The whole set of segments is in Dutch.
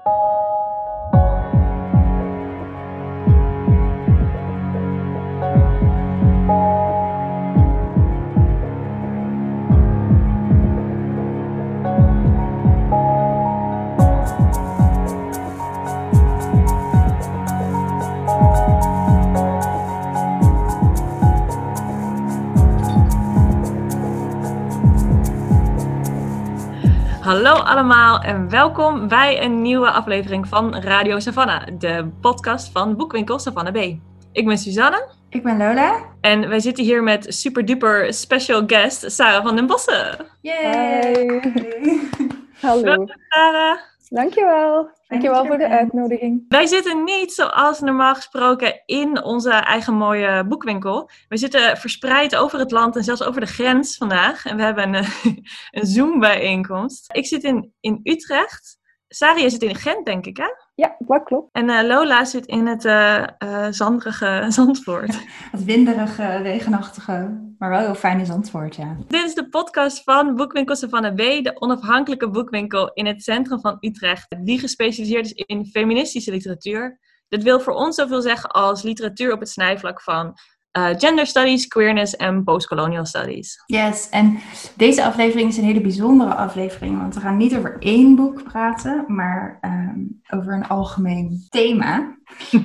Hallo allemaal en welkom bij een nieuwe aflevering van Radio Savannah, de podcast van Boekwinkel Savannah B. Ik ben Suzanne. Ik ben Lola. En wij zitten hier met super duper special guest Sarah van den Bossen. Yay! Hallo. Welkom Sarah. Dankjewel. Dankjewel voor de uitnodiging. Wij zitten niet zoals normaal gesproken in onze eigen mooie boekwinkel. We zitten verspreid over het land en zelfs over de grens vandaag. En we hebben een Zoom-bijeenkomst. Ik zit in Utrecht. Sarah zit in Gent, denk ik, hè? Ja, dat klopt. En Lola zit in het zanderige Zandvoort. Het winderige, regenachtige, maar wel heel fijne Zandvoort, ja. Dit is de podcast van Boekwinkel Savannah B, de onafhankelijke boekwinkel in het centrum van Utrecht, die gespecialiseerd is in feministische literatuur. Dit wil voor ons zoveel zeggen als literatuur op het snijvlak van gender studies, queerness en postcolonial studies. Yes, en deze aflevering is een hele bijzondere aflevering, want we gaan niet over één boek praten, maar over een algemeen thema.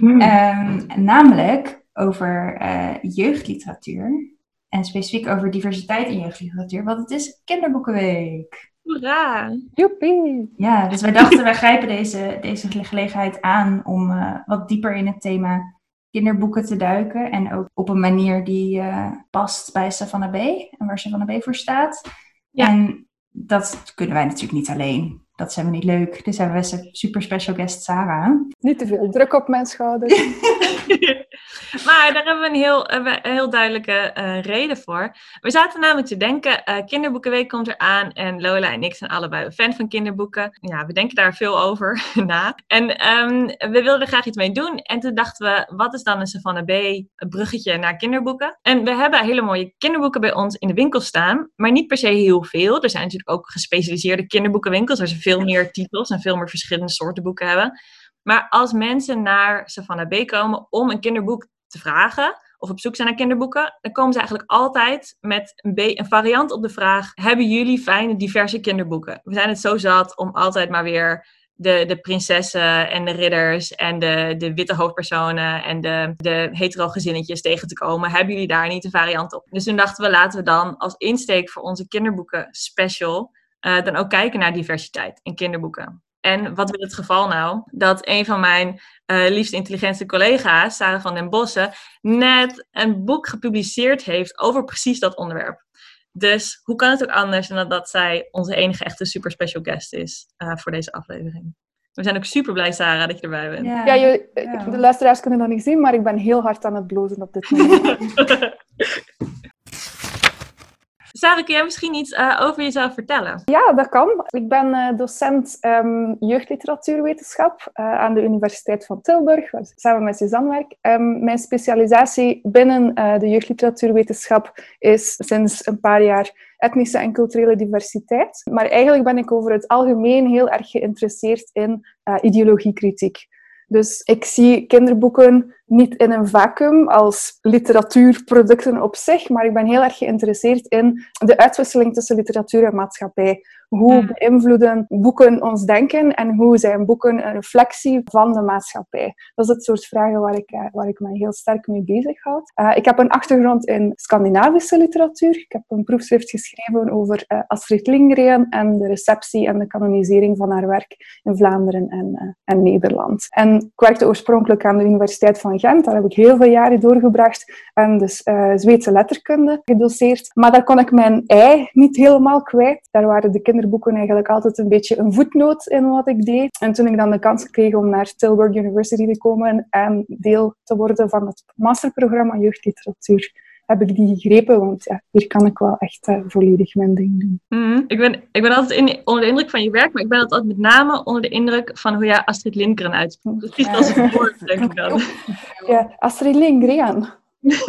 Namelijk over jeugdliteratuur en specifiek over diversiteit in jeugdliteratuur, want het is Kinderboekenweek. Hoera! Joepie! Ja, dus wij dachten, wij grijpen deze gelegenheid aan om wat dieper in het thema kinderboeken te duiken. En ook op een manier die past bij Savannah B. En waar Savannah B voor staat. Ja. En dat kunnen wij natuurlijk niet alleen. Dat zijn we niet leuk. Dus hebben we een super special guest Sarah. Niet te veel druk op mijn schouders. Maar daar hebben we een heel duidelijke reden voor. We zaten namelijk te denken, Kinderboekenweek komt eraan en Lola en ik zijn allebei fan van kinderboeken. Ja, we denken daar veel over na. En we wilden er graag iets mee doen. En toen dachten we, wat is dan een Savannah B bruggetje naar kinderboeken? En we hebben hele mooie kinderboeken bij ons in de winkel staan, maar niet per se heel veel. Er zijn natuurlijk ook gespecialiseerde kinderboekenwinkels waar ze veel meer titels en veel meer verschillende soorten boeken hebben. Maar als mensen naar Savannah B komen om een kinderboek te vragen of op zoek zijn naar kinderboeken, dan komen ze eigenlijk altijd met een variant op de vraag: hebben jullie fijne, diverse kinderboeken? We zijn het zo zat om altijd maar weer de prinsessen en de ridders en de witte hoofdpersonen en de hetero gezinnetjes tegen te komen. Hebben jullie daar niet een variant op? Dus toen dachten we, laten we dan als insteek voor onze kinderboeken special dan ook kijken naar diversiteit in kinderboeken. En wat wil het geval nou? Dat een van mijn liefste intelligente collega's, Sarah van den Bossen, net een boek gepubliceerd heeft over precies dat onderwerp. Dus hoe kan het ook anders dan dat zij onze enige echte super special guest is voor deze aflevering. We zijn ook super blij, Sarah, dat je erbij bent. Ja, de luisteraars kunnen dat niet zien, maar ik ben heel hard aan het blozen op dit moment. Sarah, kun jij misschien iets over jezelf vertellen? Ja, dat kan. Ik ben docent jeugdliteratuurwetenschap aan de Universiteit van Tilburg, waar ik samen met Suzanne werk. Mijn specialisatie binnen de jeugdliteratuurwetenschap is sinds een paar jaar etnische en culturele diversiteit. Maar eigenlijk ben ik over het algemeen heel erg geïnteresseerd in ideologiekritiek. Dus ik zie kinderboeken niet in een vacuüm als literatuurproducten op zich, maar ik ben heel erg geïnteresseerd in de uitwisseling tussen literatuur en maatschappij. Hoe beïnvloeden boeken ons denken en hoe zijn boeken een reflectie van de maatschappij? Dat is het soort vragen waar ik me heel sterk mee bezighoud. Ik heb een achtergrond in Scandinavische literatuur. Ik heb een proefschrift geschreven over Astrid Lindgren en de receptie en de kanonisering van haar werk in Vlaanderen en Nederland. En ik werkte oorspronkelijk aan de Universiteit van Gent. Daar heb ik heel veel jaren doorgebracht en dus Zweedse letterkunde gedoseerd. Maar daar kon ik mijn ei niet helemaal kwijt. Daar waren de kinderboeken eigenlijk altijd een beetje een voetnoot in wat ik deed. En toen ik dan de kans kreeg om naar Tilburg University te komen en deel te worden van het masterprogramma jeugdliteratuur, heb ik die gegrepen, want ja, hier kan ik wel echt volledig mijn ding doen. Ik ben altijd onder de indruk van je werk, maar ik ben altijd met name onder de indruk van hoe jij Astrid Lindgren uitspreekt. Precies als het woord, denk ik dan. Ja, Astrid Lindgren.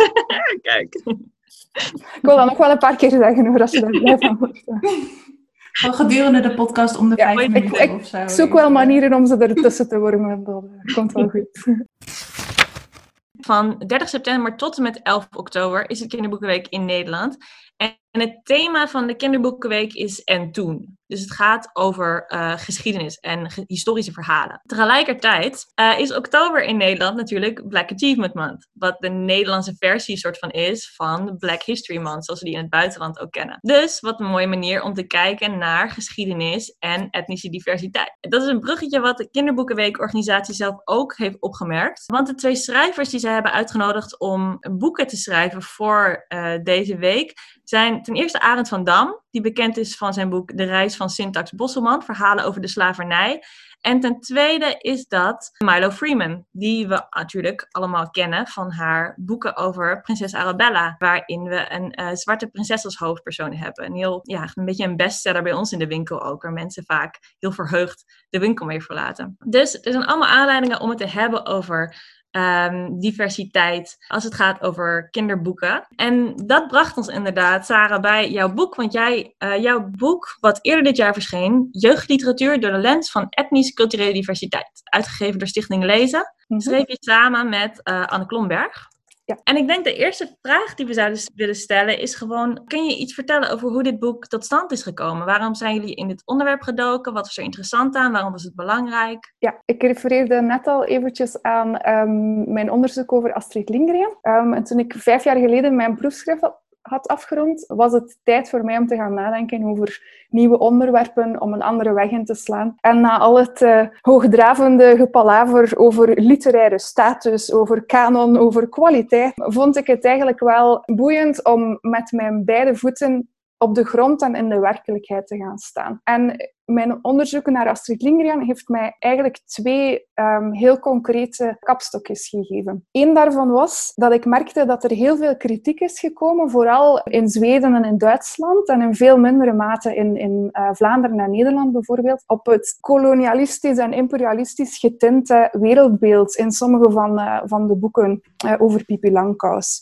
Kijk. Ik wil dat nog wel een paar keer zeggen, hoor, als je daar blij van wordt. Gewoon gedurende de podcast om de 5 minuten of zo. Ik zoek wel manieren om ze ertussen te wormen. Dat komt wel goed. Van 30 september tot en met 11 oktober is het Kinderboekenweek in Nederland. En het thema van de Kinderboekenweek is En toen. Dus het gaat over geschiedenis en historische verhalen. Tegelijkertijd is oktober in Nederland natuurlijk Black Achievement Month. Wat de Nederlandse versie soort van is van Black History Month, zoals we die in het buitenland ook kennen. Dus wat een mooie manier om te kijken naar geschiedenis en etnische diversiteit. Dat is een bruggetje wat de Kinderboekenweek-organisatie zelf ook heeft opgemerkt. Want de 2 schrijvers die zij hebben uitgenodigd om boeken te schrijven voor deze week zijn ten eerste Arend van Dam, die bekend is van zijn boek De Reis van Syntax Bosselman, verhalen over de slavernij. En ten tweede is dat Milo Freeman, die we natuurlijk allemaal kennen van haar boeken over prinses Arabella, waarin we een zwarte prinses als hoofdpersoon hebben. Een beetje een bestseller bij ons in de winkel ook, waar mensen vaak heel verheugd de winkel mee verlaten. Dus er zijn allemaal aanleidingen om het te hebben over diversiteit als het gaat over kinderboeken. En dat bracht ons inderdaad, Sarah, bij jouw boek. Want jouw boek, wat eerder dit jaar verscheen, Jeugdliteratuur door de lens van etnisch-culturele diversiteit, uitgegeven door Stichting Lezen, schreef je samen met Anne Klomberg. Ja. En ik denk de eerste vraag die we zouden willen stellen is gewoon, kun je iets vertellen over hoe dit boek tot stand is gekomen? Waarom zijn jullie in dit onderwerp gedoken? Wat was er interessant aan? Waarom was het belangrijk? Ja, ik refereerde net al eventjes aan mijn onderzoek over Astrid Lindgren. En toen ik 5 jaar geleden mijn proefschrift had afgerond, was het tijd voor mij om te gaan nadenken over nieuwe onderwerpen, om een andere weg in te slaan. En na al het hoogdravende gepalaver over literaire status, over kanon, over kwaliteit, vond ik het eigenlijk wel boeiend om met mijn beide voeten op de grond en in de werkelijkheid te gaan staan. En mijn onderzoek naar Astrid Lindgren heeft mij eigenlijk 2 heel concrete kapstokjes gegeven. Eén daarvan was dat ik merkte dat er heel veel kritiek is gekomen, vooral in Zweden en in Duitsland en in veel mindere mate in Vlaanderen en Nederland bijvoorbeeld, op het kolonialistisch en imperialistisch getinte wereldbeeld in sommige van de boeken over Pippi Langkous.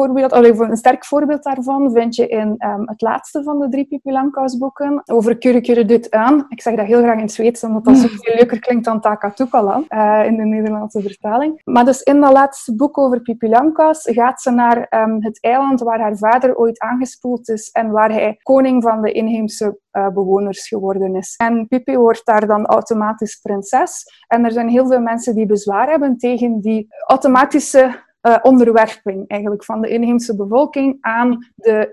Een sterk voorbeeld daarvan vind je in het laatste van de 3 Pippi Langkous boeken, over Kure Kure Dut aan. Ik zeg dat heel graag in het Zweeds, omdat dat zo veel leuker klinkt dan Takatukalan in de Nederlandse vertaling. Maar dus in dat laatste boek over Pippi Langkous gaat ze naar het eiland waar haar vader ooit aangespoeld is en waar hij koning van de inheemse bewoners geworden is. En Pippi wordt daar dan automatisch prinses. En er zijn heel veel mensen die bezwaar hebben tegen die automatische onderwerping eigenlijk van de inheemse bevolking aan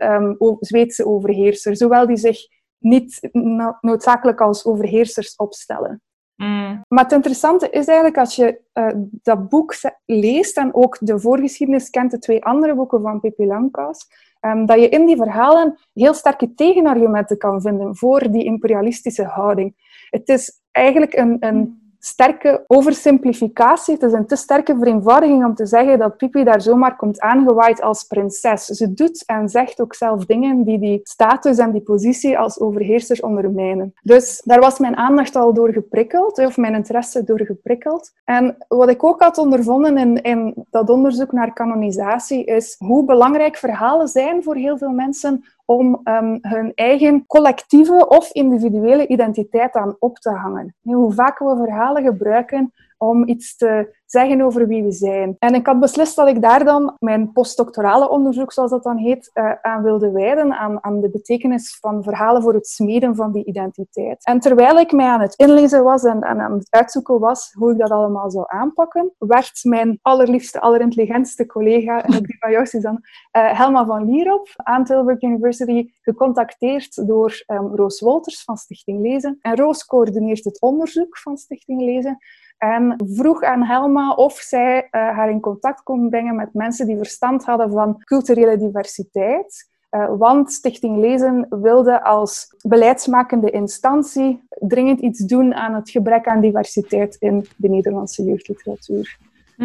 de Zweedse overheerser, zowel die zich niet noodzakelijk als overheersers opstellen. Maar het interessante is eigenlijk, als je dat boek leest en ook de voorgeschiedenis kent, de 2 andere boeken van Pippi Langkous, dat je in die verhalen heel sterke tegenargumenten kan vinden voor die imperialistische houding. Het is eigenlijk een sterke oversimplificatie. Het is een te sterke vereenvoudiging om te zeggen dat Pippi daar zomaar komt aangewaaid als prinses. Ze doet en zegt ook zelf dingen die status en die positie als overheerser ondermijnen. Dus daar was mijn aandacht al door geprikkeld, of mijn interesse door geprikkeld. En wat ik ook had ondervonden in dat onderzoek naar kanonisatie is hoe belangrijk verhalen zijn voor heel veel mensen om hun eigen collectieve of individuele identiteit aan op te hangen. Hoe vaak we verhalen gebruiken om iets te zeggen over wie we zijn. En ik had beslist dat ik daar dan mijn postdoctorale onderzoek, zoals dat dan heet, aan wilde wijden, aan de betekenis van verhalen voor het smeden van die identiteit. En terwijl ik mij aan het inlezen was en aan het uitzoeken was hoe ik dat allemaal zou aanpakken, werd mijn allerliefste, allerintelligentste collega, en ook die van jou, Suzanne, Helma van Lierop, aan Tilburg University, gecontacteerd door Roos Wolters van Stichting Lezen. En Roos coördineert het onderzoek van Stichting Lezen en vroeg aan Helma of zij haar in contact kon brengen met mensen die verstand hadden van culturele diversiteit. Want Stichting Lezen wilde als beleidsmakende instantie dringend iets doen aan het gebrek aan diversiteit in de Nederlandse jeugdliteratuur.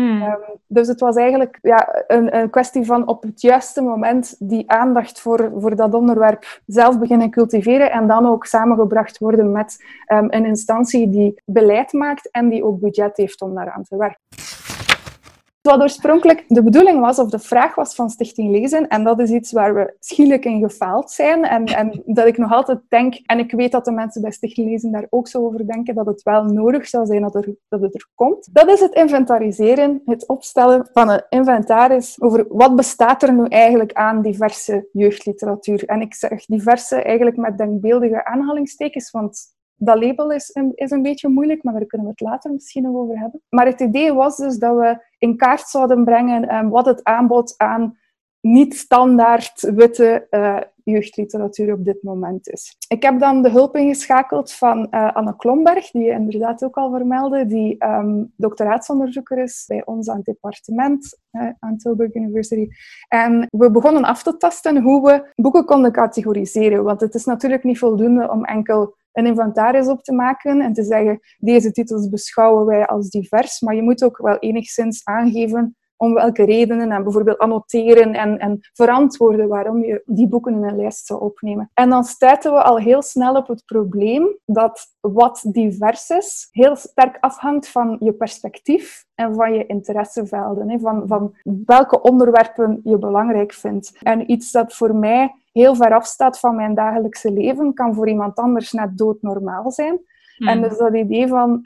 Dus het was eigenlijk een kwestie van op het juiste moment die aandacht voor dat onderwerp zelf beginnen cultiveren en dan ook samengebracht worden met een instantie die beleid maakt en die ook budget heeft om daaraan te werken. Wat oorspronkelijk de bedoeling was, of de vraag was van Stichting Lezen, en dat is iets waar we schielijk in gefaald zijn, en dat ik nog altijd denk, en ik weet dat de mensen bij Stichting Lezen daar ook zo over denken, dat het wel nodig zou zijn dat het er komt. Dat is het inventariseren, het opstellen van een inventaris over wat bestaat er nu eigenlijk aan diverse jeugdliteratuur. En ik zeg diverse eigenlijk met denkbeeldige aanhalingstekens, want dat label is een beetje moeilijk, maar daar kunnen we het later misschien nog over hebben. Maar het idee was dus dat we in kaart zouden brengen wat het aanbod aan niet-standaard witte jeugdliteratuur op dit moment is. Ik heb dan de hulp ingeschakeld van Anne Klomberg, die je inderdaad ook al vermeldde, die doctoraatsonderzoeker is bij ons aan het departement aan Tilburg University. En we begonnen af te tasten hoe we boeken konden categoriseren, want het is natuurlijk niet voldoende om enkel een inventaris op te maken en te zeggen, deze titels beschouwen wij als divers, maar je moet ook wel enigszins aangeven om welke redenen en bijvoorbeeld annoteren en verantwoorden waarom je die boeken in een lijst zou opnemen. En dan stuiten we al heel snel op het probleem dat wat divers is, heel sterk afhangt van je perspectief en van je interessevelden, van welke onderwerpen je belangrijk vindt. En iets dat voor mij heel ver afstaat van mijn dagelijkse leven, kan voor iemand anders net doodnormaal zijn. En dus dat idee van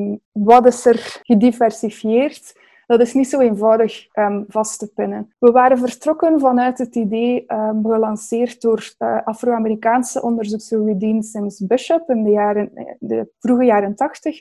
wat is er gediversifieerd, dat is niet zo eenvoudig vast te pinnen. We waren vertrokken vanuit het idee, gelanceerd door Afro-Amerikaanse onderzoekster Redeen Sims Bishop in de vroege jaren 80,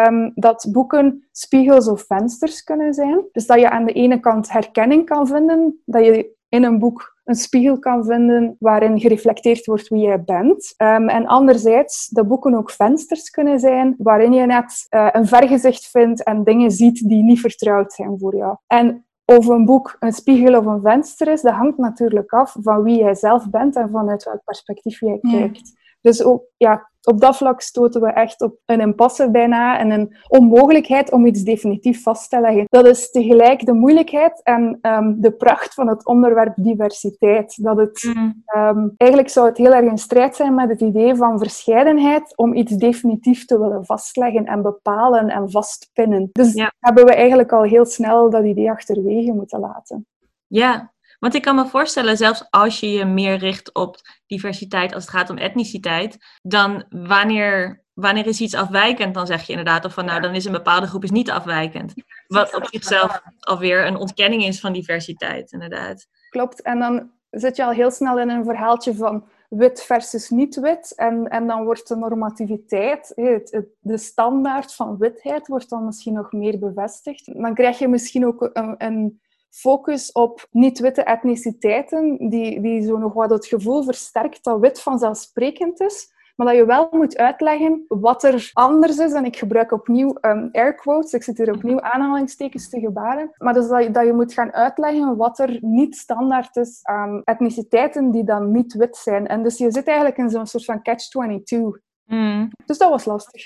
dat boeken spiegels of vensters kunnen zijn. Dus dat je aan de ene kant herkenning kan vinden, dat je in een boek een spiegel kan vinden waarin gereflecteerd wordt wie jij bent. En anderzijds, dat boeken ook vensters kunnen zijn waarin je net een vergezicht vindt en dingen ziet die niet vertrouwd zijn voor jou. En of een boek een spiegel of een venster is, dat hangt natuurlijk af van wie jij zelf bent en vanuit welk perspectief jij kijkt. Dus ook, op dat vlak stoten we echt op een impasse bijna en een onmogelijkheid om iets definitief vast te leggen. Dat is tegelijk de moeilijkheid en de pracht van het onderwerp diversiteit. Dat het, eigenlijk zou het heel erg in strijd zijn met het idee van verscheidenheid om iets definitief te willen vastleggen en bepalen en vastpinnen. Dus hebben we eigenlijk al heel snel dat idee achterwege moeten laten. Ja. Want ik kan me voorstellen, zelfs als je je meer richt op diversiteit als het gaat om etniciteit, dan wanneer is iets afwijkend, dan zeg je inderdaad of van dan is een bepaalde groep is niet afwijkend. Wat op zichzelf alweer een ontkenning is van diversiteit, inderdaad. Klopt, en dan zit je al heel snel in een verhaaltje van wit versus niet-wit. En dan wordt de normativiteit, de standaard van witheid, wordt dan misschien nog meer bevestigd. Dan krijg je misschien ook een focus op niet-witte etniciteiten, die zo nog wat het gevoel versterkt dat wit vanzelfsprekend is, maar dat je wel moet uitleggen wat er anders is. En ik gebruik opnieuw air quotes, ik zit hier opnieuw aanhalingstekens te gebaren, maar dus dat je moet gaan uitleggen wat er niet standaard is aan etniciteiten die dan niet wit zijn. En dus je zit eigenlijk in zo'n soort van catch-22. Dus dat was lastig.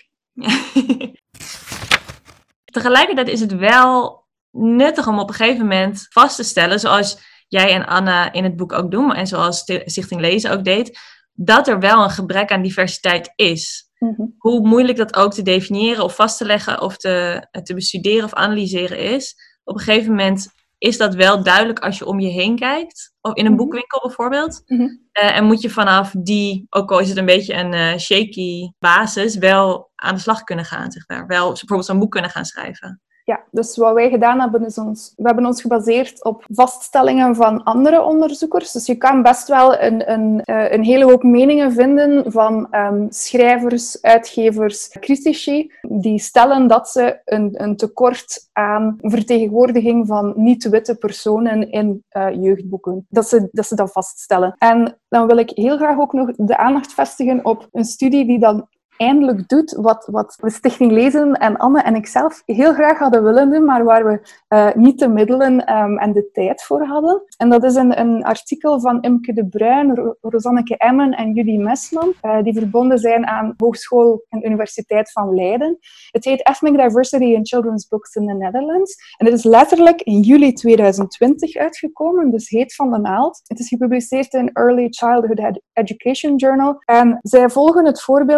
Tegelijkertijd is het wel nuttig om op een gegeven moment vast te stellen, zoals jij en Anne in het boek ook doen, en zoals Stichting Lezen ook deed, dat er wel een gebrek aan diversiteit is. Hoe moeilijk dat ook te definiëren of vast te leggen of te bestuderen of analyseren is. Op een gegeven moment is dat wel duidelijk als je om je heen kijkt, of in een boekwinkel bijvoorbeeld. En moet je vanaf die, ook al is het een beetje een shaky basis, wel aan de slag kunnen gaan, zeg maar. Wel bijvoorbeeld zo'n boek kunnen gaan schrijven. Ja, dus wat wij gedaan hebben, is we hebben ons gebaseerd op vaststellingen van andere onderzoekers. Dus je kan best wel een hele hoop meningen vinden van schrijvers, uitgevers, critici, die stellen dat ze een tekort aan vertegenwoordiging van niet-witte personen in jeugdboeken. Dat ze dat vaststellen. En dan wil ik heel graag ook nog de aandacht vestigen op een studie die dan eindelijk doet wat de Stichting Lezen en Anne en ikzelf heel graag hadden willen doen, maar waar we niet de middelen en de tijd voor hadden. En dat is een artikel van Imke de Bruin, Rosanneke Emmen en Judy Mesman, die verbonden zijn aan Hogeschool en Universiteit van Leiden. Het heet Ethnic Diversity in Children's Books in the Netherlands. En het is letterlijk in juli 2020 uitgekomen, dus heet van de naald. Het is gepubliceerd in Early Childhood Education Journal. En zij volgen het voorbeeld van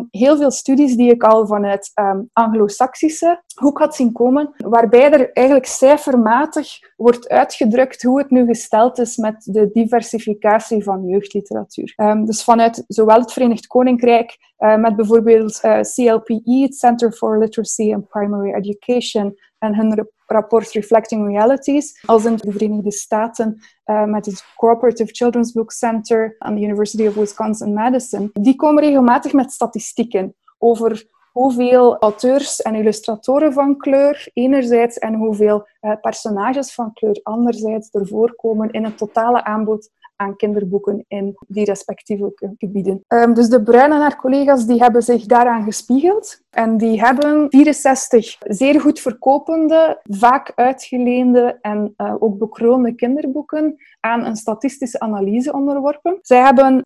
van heel veel studies die ik al vanuit Anglo-Saxische hoek had zien komen, waarbij er eigenlijk cijfermatig wordt uitgedrukt hoe het nu gesteld is met de diversificatie van jeugdliteratuur. Dus vanuit zowel het Verenigd Koninkrijk, met bijvoorbeeld CLPE, het Center for Literacy and Primary Education, en hun rapport Reflecting Realities, als in de Verenigde Staten met het Cooperative Children's Book Center aan de University of Wisconsin-Madison. Die komen regelmatig met statistieken over hoeveel auteurs en illustratoren van kleur enerzijds en hoeveel personages van kleur anderzijds er voorkomen in het totale aanbod aan kinderboeken in die respectieve gebieden. Dus de Bruin en haar collega's die hebben zich daaraan gespiegeld en die hebben 64 zeer goed verkopende, vaak uitgeleende en ook bekroonde kinderboeken aan een statistische analyse onderworpen. Zij hebben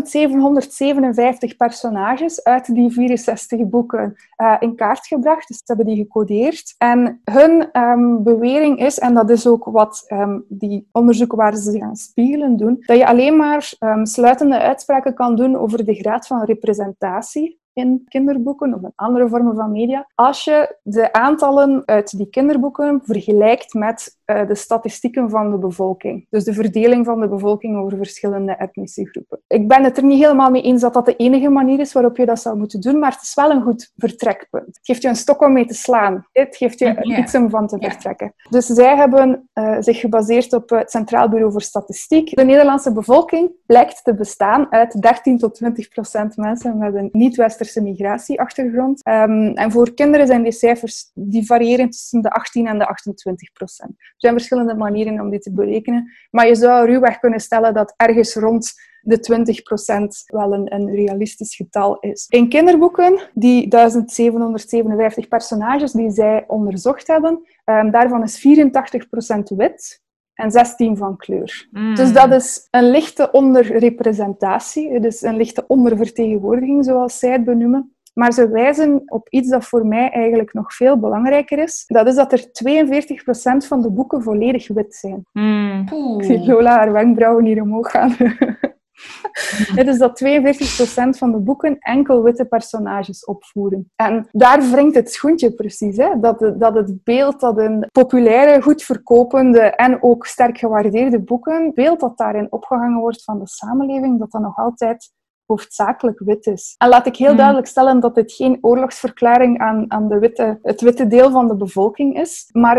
1757 personages uit die 64 boeken in kaart gebracht, dus ze hebben die gecodeerd. En hun bewering is, en dat is ook wat die onderzoeken waar ze zich aan spiegelen doen, dat je alleen maar sluitende uitspraken kan doen over de graad van representatie in kinderboeken of in andere vormen van media, als je de aantallen uit die kinderboeken vergelijkt met de statistieken van de bevolking. Dus de verdeling van de bevolking over verschillende etnische groepen. Ik ben het er niet helemaal mee eens dat dat de enige manier is waarop je dat zou moeten doen, maar het is wel een goed vertrekpunt. Het geeft je een stok om mee te slaan. Het geeft je iets om van te vertrekken. Dus zij hebben zich gebaseerd op het Centraal Bureau voor Statistiek. De Nederlandse bevolking blijkt te bestaan uit 13 tot 20% mensen met een niet-westerse migratieachtergrond. En voor kinderen zijn die cijfers die variëren tussen de 18 en de 28%. Er zijn verschillende manieren om dit te berekenen, maar je zou ruwweg kunnen stellen dat ergens rond de 20% wel een realistisch getal is. In kinderboeken, die 1757 personages die zij onderzocht hebben, daarvan is 84% wit en 16 van kleur. Dus dat is een lichte onderrepresentatie, het is een lichte ondervertegenwoordiging, zoals zij het benoemen. Maar ze wijzen op iets dat voor mij eigenlijk nog veel belangrijker is. Dat is dat er 42% van de boeken volledig wit zijn. Ik zie Lola haar wenkbrauwen hier omhoog gaan. Het is dat 42% van de boeken enkel witte personages opvoeren. En daar wringt het schoentje precies. Hè? Dat het beeld dat in populaire, goed verkopende en ook sterk gewaardeerde boeken, beeld dat daarin opgehangen wordt van de samenleving, dat nog altijd hoofdzakelijk wit is. En laat ik heel duidelijk stellen dat dit geen oorlogsverklaring aan het witte deel van de bevolking is, maar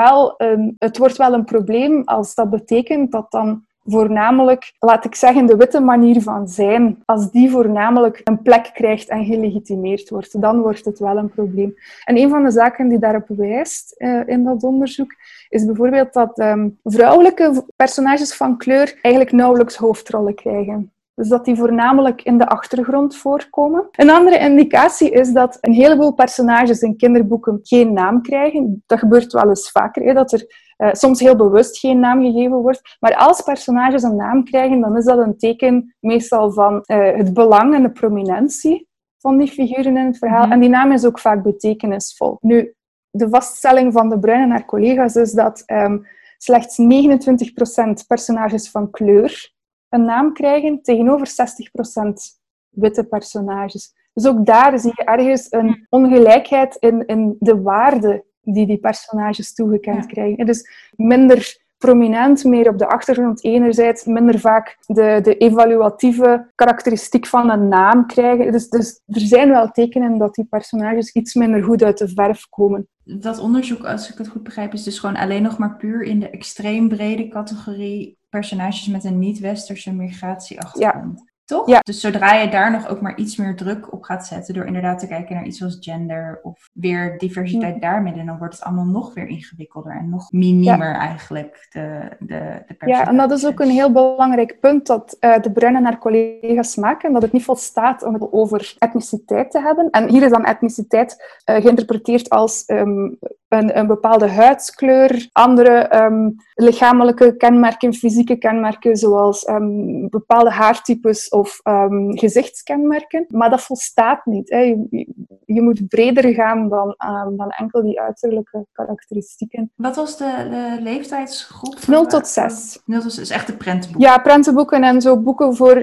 het wordt wel een probleem als dat betekent dat dan voornamelijk, laat ik zeggen, de witte manier van zijn, als die voornamelijk een plek krijgt en gelegitimeerd wordt, dan wordt het wel een probleem. En een van de zaken die daarop wijst in dat onderzoek, is bijvoorbeeld dat vrouwelijke personages van kleur eigenlijk nauwelijks hoofdrollen krijgen. Dus dat die voornamelijk in de achtergrond voorkomen. Een andere indicatie is dat een heleboel personages in kinderboeken geen naam krijgen. Dat gebeurt wel eens vaker, dat er soms heel bewust geen naam gegeven wordt. Maar als personages een naam krijgen, dan is dat een teken meestal van het belang en de prominentie van die figuren in het verhaal. En die naam is ook vaak betekenisvol. Nu, de vaststelling van de Bruin en haar collega's is dat slechts 29% personages van kleur een naam krijgen, tegenover 60% witte personages. Dus ook daar zie je ergens een ongelijkheid in de waarde die personages toegekend krijgen. Dus minder prominent, meer op de achtergrond enerzijds, minder vaak de evaluatieve karakteristiek van een naam krijgen. Dus er zijn wel tekenen dat die personages iets minder goed uit de verf komen. Dat onderzoek, als ik het goed begrijp, is dus gewoon alleen nog maar puur in de extreem brede categorie personages met een niet-westerse migratieachtergrond. Ja. Toch? Ja. Dus zodra je daar nog ook maar iets meer druk op gaat zetten, door inderdaad te kijken naar iets zoals gender of weer diversiteit daarmee, dan wordt het allemaal nog weer ingewikkelder en nog miniemer eigenlijk, de personages. Ja, en dat is ook een heel belangrijk punt dat de Bruin en haar collega's maken, dat het niet volstaat om het over etniciteit te hebben. En hier is dan etniciteit geïnterpreteerd als een bepaalde huidskleur, andere lichamelijke kenmerken, fysieke kenmerken, zoals bepaalde haartypes of gezichtskenmerken. Maar dat volstaat niet. Hè. Je moet breder gaan dan enkel die uiterlijke karakteristieken. Wat was de leeftijdsgroep? 0 tot 6. 0 tot 6, echt de prentenboeken? Ja, prentenboeken en zo boeken voor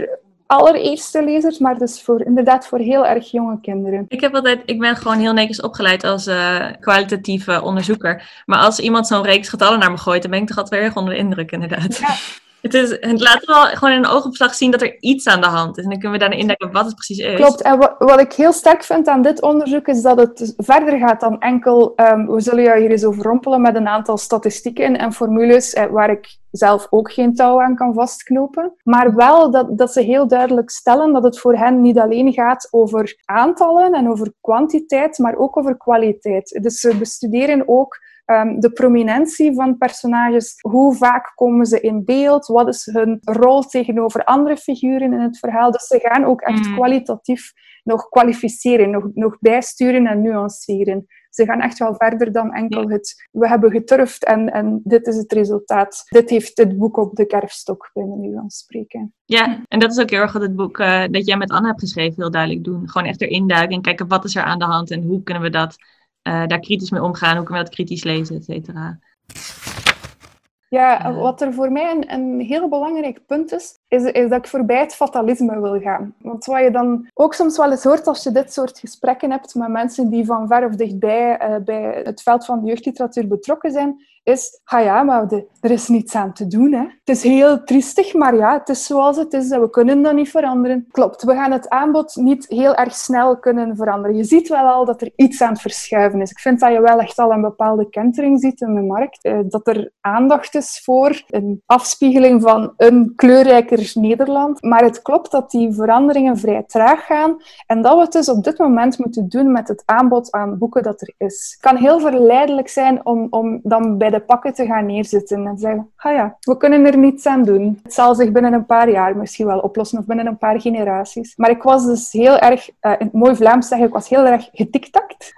allereerste lezers, maar dus inderdaad voor heel erg jonge kinderen. Ik ben gewoon heel netjes opgeleid als kwalitatieve onderzoeker. Maar als iemand zo'n reeks getallen naar me gooit, dan ben ik toch altijd weer erg onder de indruk, inderdaad. Ja. Het laat wel gewoon in een oogopslag zien dat er iets aan de hand is. En dan kunnen we daarna indekken wat het precies is. Klopt. En wat ik heel sterk vind aan dit onderzoek is dat het verder gaat dan enkel... we zullen jou hier eens overrompelen met een aantal statistieken en formules waar ik zelf ook geen touw aan kan vastknopen. Maar wel dat ze heel duidelijk stellen dat het voor hen niet alleen gaat over aantallen en over kwantiteit, maar ook over kwaliteit. Dus ze bestuderen ook de prominentie van personages. Hoe vaak komen ze in beeld? Wat is hun rol tegenover andere figuren in het verhaal? Dus ze gaan ook echt kwalitatief nog kwalificeren, nog bijsturen en nuanceren. Ze gaan echt wel verder dan enkel we hebben geturfd en dit is het resultaat. Dit heeft het boek op de kerfstok, bij manier van spreken. Ja, en dat is ook heel erg wat het boek dat jij met Anne hebt geschreven heel duidelijk doen. Gewoon echt erin duiken en kijken wat is er aan de hand en hoe kunnen we dat daar kritisch mee omgaan, hoe kunnen we dat kritisch lezen, et cetera. Ja, wat er voor mij een heel belangrijk punt is dat ik voorbij het fatalisme wil gaan. Want wat je dan ook soms wel eens hoort als je dit soort gesprekken hebt met mensen die van ver of dichtbij bij het veld van de jeugdliteratuur betrokken zijn, is, maar er is niets aan te doen. Hè. Het is heel triestig, maar ja, het is zoals het is en we kunnen dat niet veranderen. Klopt, we gaan het aanbod niet heel erg snel kunnen veranderen. Je ziet wel al dat er iets aan het verschuiven is. Ik vind dat je wel echt al een bepaalde kentering ziet in de markt. Dat er aandacht is voor een afspiegeling van een kleurrijker Nederland. Maar het klopt dat die veranderingen vrij traag gaan en dat we het dus op dit moment moeten doen met het aanbod aan boeken dat er is. Het kan heel verleidelijk zijn om dan bij de pakken te gaan neerzitten en zeggen, we kunnen er niets aan doen. Het zal zich binnen een paar jaar misschien wel oplossen of binnen een paar generaties. Maar ik was dus heel erg, in het mooi Vlaams zeggen, ik was heel erg getiktakt.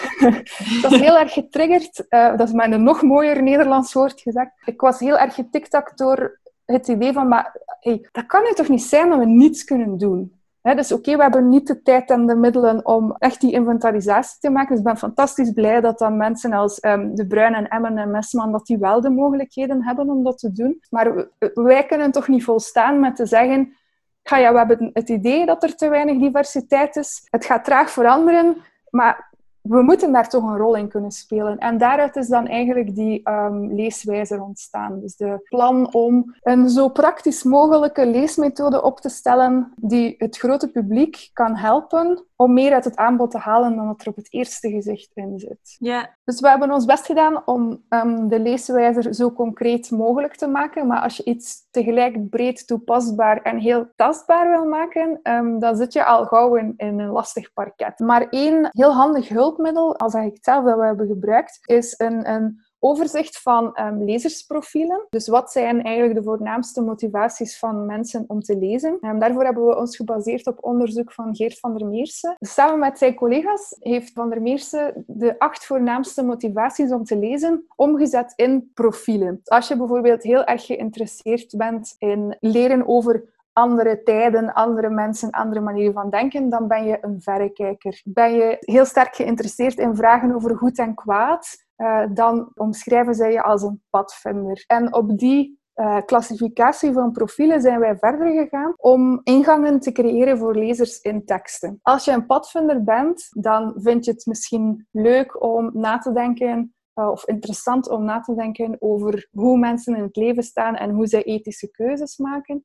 Ik was heel erg getriggerd. Dat is met een nog mooier Nederlands woord gezegd. Ik was heel erg getiktakt door het idee van, dat kan nu toch niet zijn dat we niets kunnen doen. Dus we hebben niet de tijd en de middelen om echt die inventarisatie te maken. Dus ik ben fantastisch blij dat dan mensen als De Bruin en Emmen en Messman, dat die wel de mogelijkheden hebben om dat te doen. Maar wij kunnen toch niet volstaan met te zeggen, we hebben het idee dat er te weinig diversiteit is. Het gaat traag veranderen, maar we moeten daar toch een rol in kunnen spelen. En daaruit is dan eigenlijk die leeswijze ontstaan. Dus de plan om een zo praktisch mogelijke leesmethode op te stellen die het grote publiek kan helpen om meer uit het aanbod te halen dan het er op het eerste gezicht in zit. Yeah. Dus we hebben ons best gedaan om de leeswijzer zo concreet mogelijk te maken. Maar als je iets tegelijk breed toepasbaar en heel tastbaar wil maken, dan zit je al gauw in een lastig parket. Maar één heel handig hulpmiddel, al zeg ik het zelf dat we hebben gebruikt, is een overzicht van lezersprofielen. Dus wat zijn eigenlijk de voornaamste motivaties van mensen om te lezen? Daarvoor hebben we ons gebaseerd op onderzoek van Geert van der Meersen. Samen met zijn collega's heeft Van der Meersen de 8 voornaamste motivaties om te lezen omgezet in profielen. Als je bijvoorbeeld heel erg geïnteresseerd bent in leren over andere tijden, andere mensen, andere manieren van denken, dan ben je een verrekijker. Ben je heel sterk geïnteresseerd in vragen over goed en kwaad, dan omschrijven zij je als een padvinder. En op die klassificatie van profielen zijn wij verder gegaan om ingangen te creëren voor lezers in teksten. Als je een padvinder bent, dan vind je het misschien leuk om na te denken of interessant om na te denken over hoe mensen in het leven staan en hoe zij ethische keuzes maken.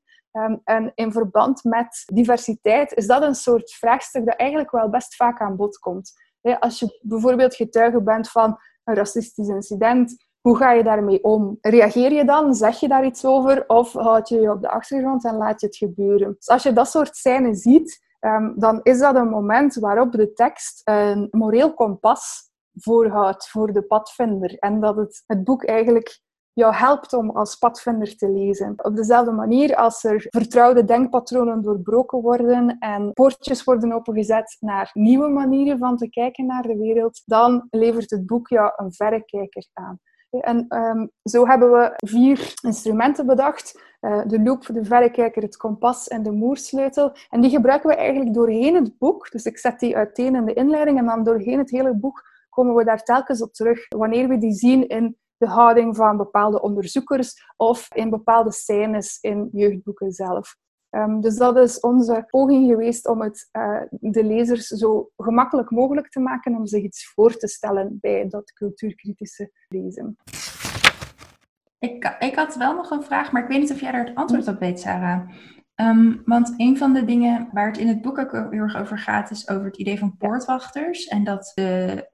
En in verband met diversiteit is dat een soort vraagstuk dat eigenlijk wel best vaak aan bod komt. Als je bijvoorbeeld getuige bent van een racistisch incident, hoe ga je daarmee om? Reageer je dan? Zeg je daar iets over? Of houd je je op de achtergrond en laat je het gebeuren? Dus als je dat soort scènes ziet, dan is dat een moment waarop de tekst een moreel kompas voorhoudt voor de padvinder. En dat het boek eigenlijk jou helpt om als padvinder te lezen. Op dezelfde manier als er vertrouwde denkpatronen doorbroken worden en poortjes worden opengezet naar nieuwe manieren van te kijken naar de wereld, dan levert het boek jou een verrekijker aan. En zo hebben we 4 instrumenten bedacht. De loop, de verrekijker, het kompas en de moersleutel. En die gebruiken we eigenlijk doorheen het boek. Dus ik zet die uiteen in de inleiding en dan doorheen het hele boek komen we daar telkens op terug. Wanneer we die zien in de houding van bepaalde onderzoekers of in bepaalde scènes in jeugdboeken zelf. Dus dat is onze poging geweest om het de lezers zo gemakkelijk mogelijk te maken om zich iets voor te stellen bij dat cultuurkritische lezen. Ik had wel nog een vraag, maar ik weet niet of jij daar het antwoord op weet, Sarah. Want een van de dingen waar het in het boek ook heel erg over gaat, is over het idee van poortwachters. En dat de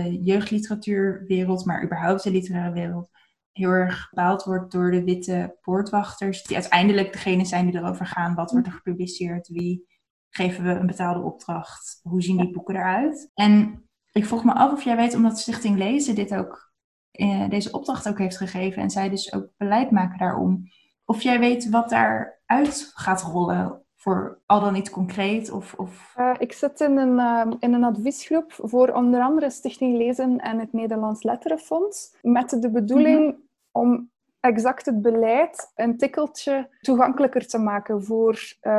jeugdliteratuurwereld, maar überhaupt de literaire wereld, heel erg bepaald wordt door de witte poortwachters. Die uiteindelijk degene zijn die erover gaan. Wat wordt er gepubliceerd? Wie geven we een betaalde opdracht? Hoe zien die boeken eruit? En ik vroeg me af of jij weet, omdat Stichting Lezen dit ook, deze opdracht ook heeft gegeven. En zij dus ook beleid maken daarom. Of jij weet wat daaruit gaat rollen, voor al dan niet concreet? Ik zit in een adviesgroep voor onder andere Stichting Lezen en het Nederlands Letterenfonds. Met de bedoeling om exact het beleid een tikkeltje toegankelijker te maken voor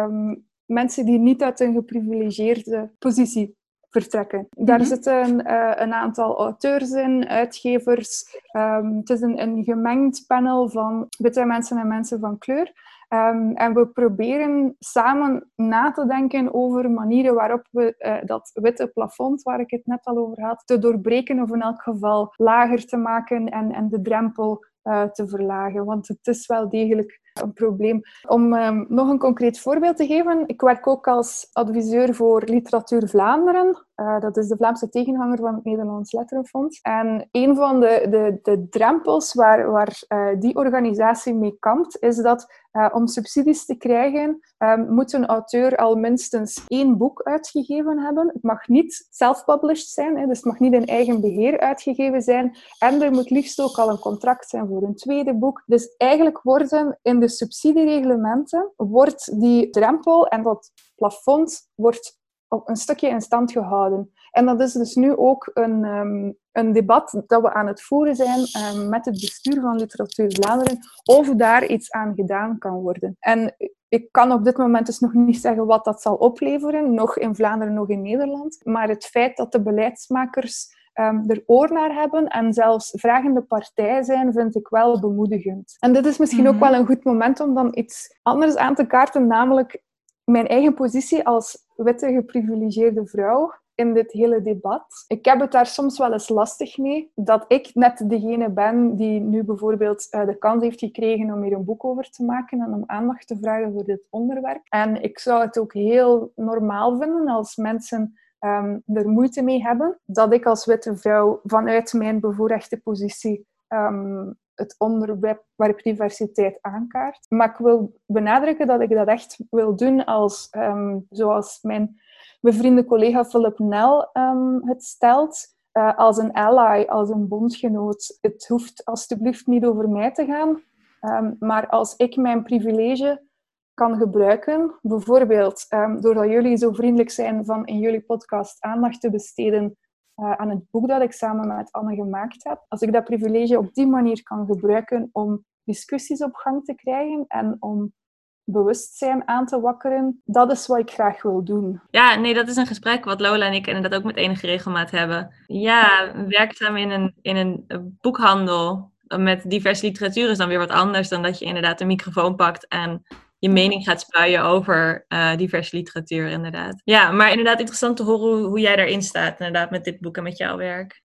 mensen die niet uit een geprivilegeerde positie vertrekken. Daar zitten een aantal auteurs in, uitgevers. Het is een gemengd panel van witte mensen en mensen van kleur. En we proberen samen na te denken over manieren waarop we dat witte plafond, waar ik het net al over had, te doorbreken of in elk geval lager te maken en de drempel te verlagen. Want het is wel degelijk een probleem. Om nog een concreet voorbeeld te geven, ik werk ook als adviseur voor Literatuur Vlaanderen. Dat is de Vlaamse tegenhanger van het Nederlands Letterenfonds. En een van de drempels waar die organisatie mee kampt, is dat om subsidies te krijgen, moet een auteur al minstens 1 boek uitgegeven hebben. Het mag niet self-published zijn, dus het mag niet in eigen beheer uitgegeven zijn. En er moet liefst ook al een contract zijn voor een tweede boek. Dus eigenlijk worden in de subsidiereglementen wordt die drempel en dat plafond wordt op een stukje in stand gehouden. En dat is dus nu ook een debat dat we aan het voeren zijn met het bestuur van Literatuur Vlaanderen, of daar iets aan gedaan kan worden. En ik kan op dit moment dus nog niet zeggen wat dat zal opleveren, nog in Vlaanderen, nog in Nederland. Maar het feit dat de beleidsmakers er oor naar hebben en zelfs vragende partij zijn, vind ik wel bemoedigend. En dit is misschien ook wel een goed moment om dan iets anders aan te kaarten, namelijk mijn eigen positie als witte geprivilegeerde vrouw in dit hele debat. Ik heb het daar soms wel eens lastig mee, dat ik net degene ben die nu bijvoorbeeld de kans heeft gekregen om hier een boek over te maken en om aandacht te vragen voor dit onderwerp. En ik zou het ook heel normaal vinden als mensen er moeite mee hebben, dat ik als witte vrouw vanuit mijn bevoorrechte positie het onderwerp diversiteit aankaart. Maar ik wil benadrukken dat ik dat echt wil doen als, zoals mijn bevriende collega Philip Nel het stelt, als een ally, als een bondgenoot. Het hoeft alstublieft niet over mij te gaan, maar als ik mijn privilege kan gebruiken, bijvoorbeeld doordat jullie zo vriendelijk zijn van in jullie podcast aandacht te besteden aan het boek dat ik samen met Anne gemaakt heb. Als ik dat privilege op die manier kan gebruiken om discussies op gang te krijgen en om bewustzijn aan te wakkeren, dat is wat ik graag wil doen. Ja, nee, dat is een gesprek wat Lola en ik inderdaad ook met enige regelmaat hebben. Ja, werkzaam in een boekhandel met diverse literatuur is dan weer wat anders dan dat je inderdaad een microfoon pakt en je mening gaat spuien over diverse literatuur, inderdaad. Ja, maar inderdaad interessant te horen hoe jij daarin staat, inderdaad, met dit boek en met jouw werk.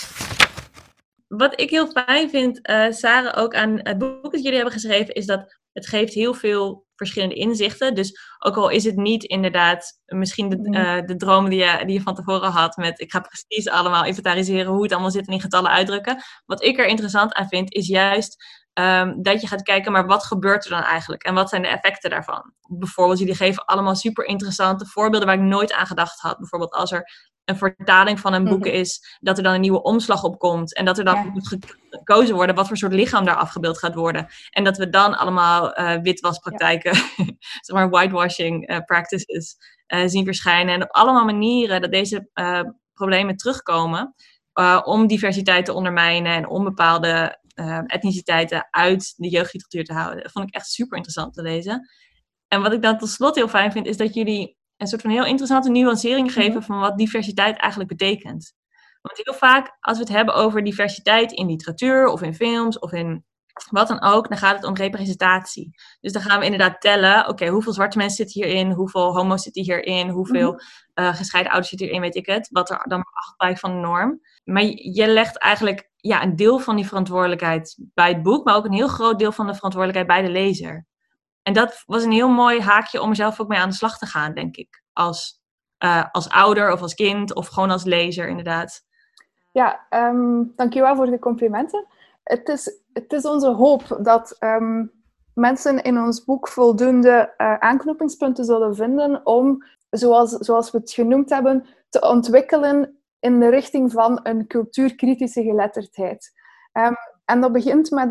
Wat ik heel fijn vind, Sarah, ook aan het boek dat jullie hebben geschreven, is dat het geeft heel veel verschillende inzichten. Dus ook al is het niet inderdaad misschien de droom die je van tevoren had met ik ga precies allemaal inventariseren hoe het allemaal zit en in getallen uitdrukken. Wat ik er interessant aan vind, is juist dat je gaat kijken, maar wat gebeurt er dan eigenlijk? En wat zijn de effecten daarvan? Bijvoorbeeld, jullie geven allemaal super interessante voorbeelden waar ik nooit aan gedacht had. Bijvoorbeeld als er een vertaling van een boek is, dat er dan een nieuwe omslag op komt. En dat er dan moet gekozen worden wat voor soort lichaam daar afgebeeld gaat worden. En dat we dan allemaal witwaspraktijken, zeg maar whitewashing practices, zien verschijnen. En op allemaal manieren dat deze problemen terugkomen om diversiteit te ondermijnen en om bepaalde etniciteiten uit de jeugdliteratuur te houden. Dat vond ik echt super interessant te lezen. En wat ik dan tot slot heel fijn vind, is dat jullie een soort van heel interessante nuancering geven van wat diversiteit eigenlijk betekent. Want heel vaak, als we het hebben over diversiteit in literatuur of in films of in wat dan ook, dan gaat het om representatie. Dus dan gaan we inderdaad tellen, oké, hoeveel zwarte mensen zitten hierin, hoeveel homo's zitten hierin, hoeveel gescheiden ouders zitten hierin, weet ik het. Wat er dan afwijkt van de norm. Maar je legt eigenlijk een deel van die verantwoordelijkheid bij het boek, maar ook een heel groot deel van de verantwoordelijkheid bij de lezer. En dat was een heel mooi haakje om er zelf ook mee aan de slag te gaan, denk ik. Als ouder of als kind of gewoon als lezer, inderdaad. Ja, dankjewel voor de complimenten. Het is onze hoop dat mensen in ons boek voldoende aanknopingspunten zullen vinden om, zoals we het genoemd hebben, te ontwikkelen in de richting van een cultuurkritische geletterdheid. En dat begint met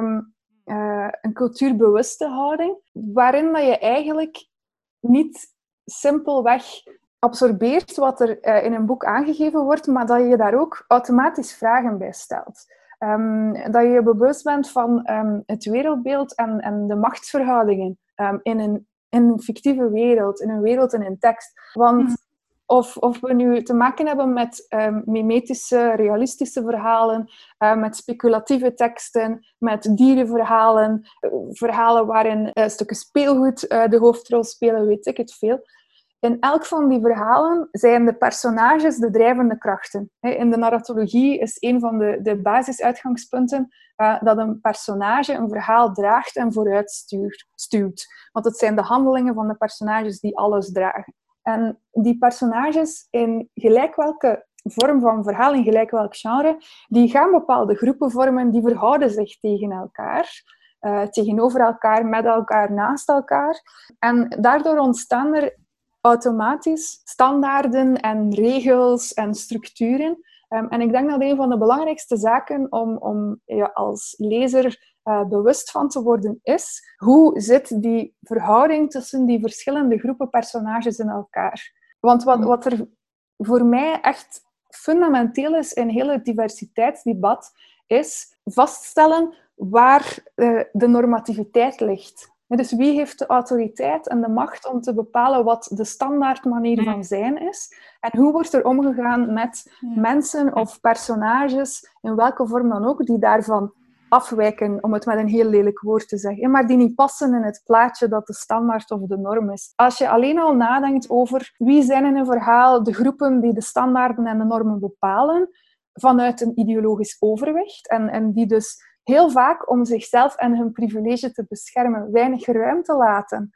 een cultuurbewuste houding, waarin dat je eigenlijk niet simpelweg absorbeert wat er in een boek aangegeven wordt, maar dat je daar ook automatisch vragen bij stelt. Dat je je bewust bent van het wereldbeeld en de machtsverhoudingen in een fictieve wereld, in een wereld en in tekst. Want of we nu te maken hebben met mimetische, realistische verhalen, met speculatieve teksten, met dierenverhalen, verhalen waarin stukken speelgoed de hoofdrol spelen, weet ik het veel. In elk van die verhalen zijn de personages de drijvende krachten. In de narratologie is een van de basisuitgangspunten dat een personage een verhaal draagt en vooruit stuurt. Want het zijn de handelingen van de personages die alles dragen. En die personages in gelijk welke vorm van verhaal, in gelijk welk genre, die gaan bepaalde groepen vormen, die verhouden zich tegen elkaar. Tegenover elkaar, met elkaar, naast elkaar. En daardoor ontstaan er automatisch standaarden en regels en structuren. En ik denk dat een van de belangrijkste zaken om je als lezer bewust van te worden is, hoe zit die verhouding tussen die verschillende groepen personages in elkaar? Want wat er voor mij echt fundamenteel is in heel het diversiteitsdebat, is vaststellen waar de normativiteit ligt. Dus wie heeft de autoriteit en de macht om te bepalen wat de standaard manier van zijn is? En hoe wordt er omgegaan met mensen of personages, in welke vorm dan ook, die daarvan afwijken, om het met een heel lelijk woord te zeggen, maar die niet passen in het plaatje dat de standaard of de norm is. Als je alleen al nadenkt over wie zijn in een verhaal de groepen die de standaarden en de normen bepalen, vanuit een ideologisch overwicht, en die dus heel vaak om zichzelf en hun privilege te beschermen weinig ruimte laten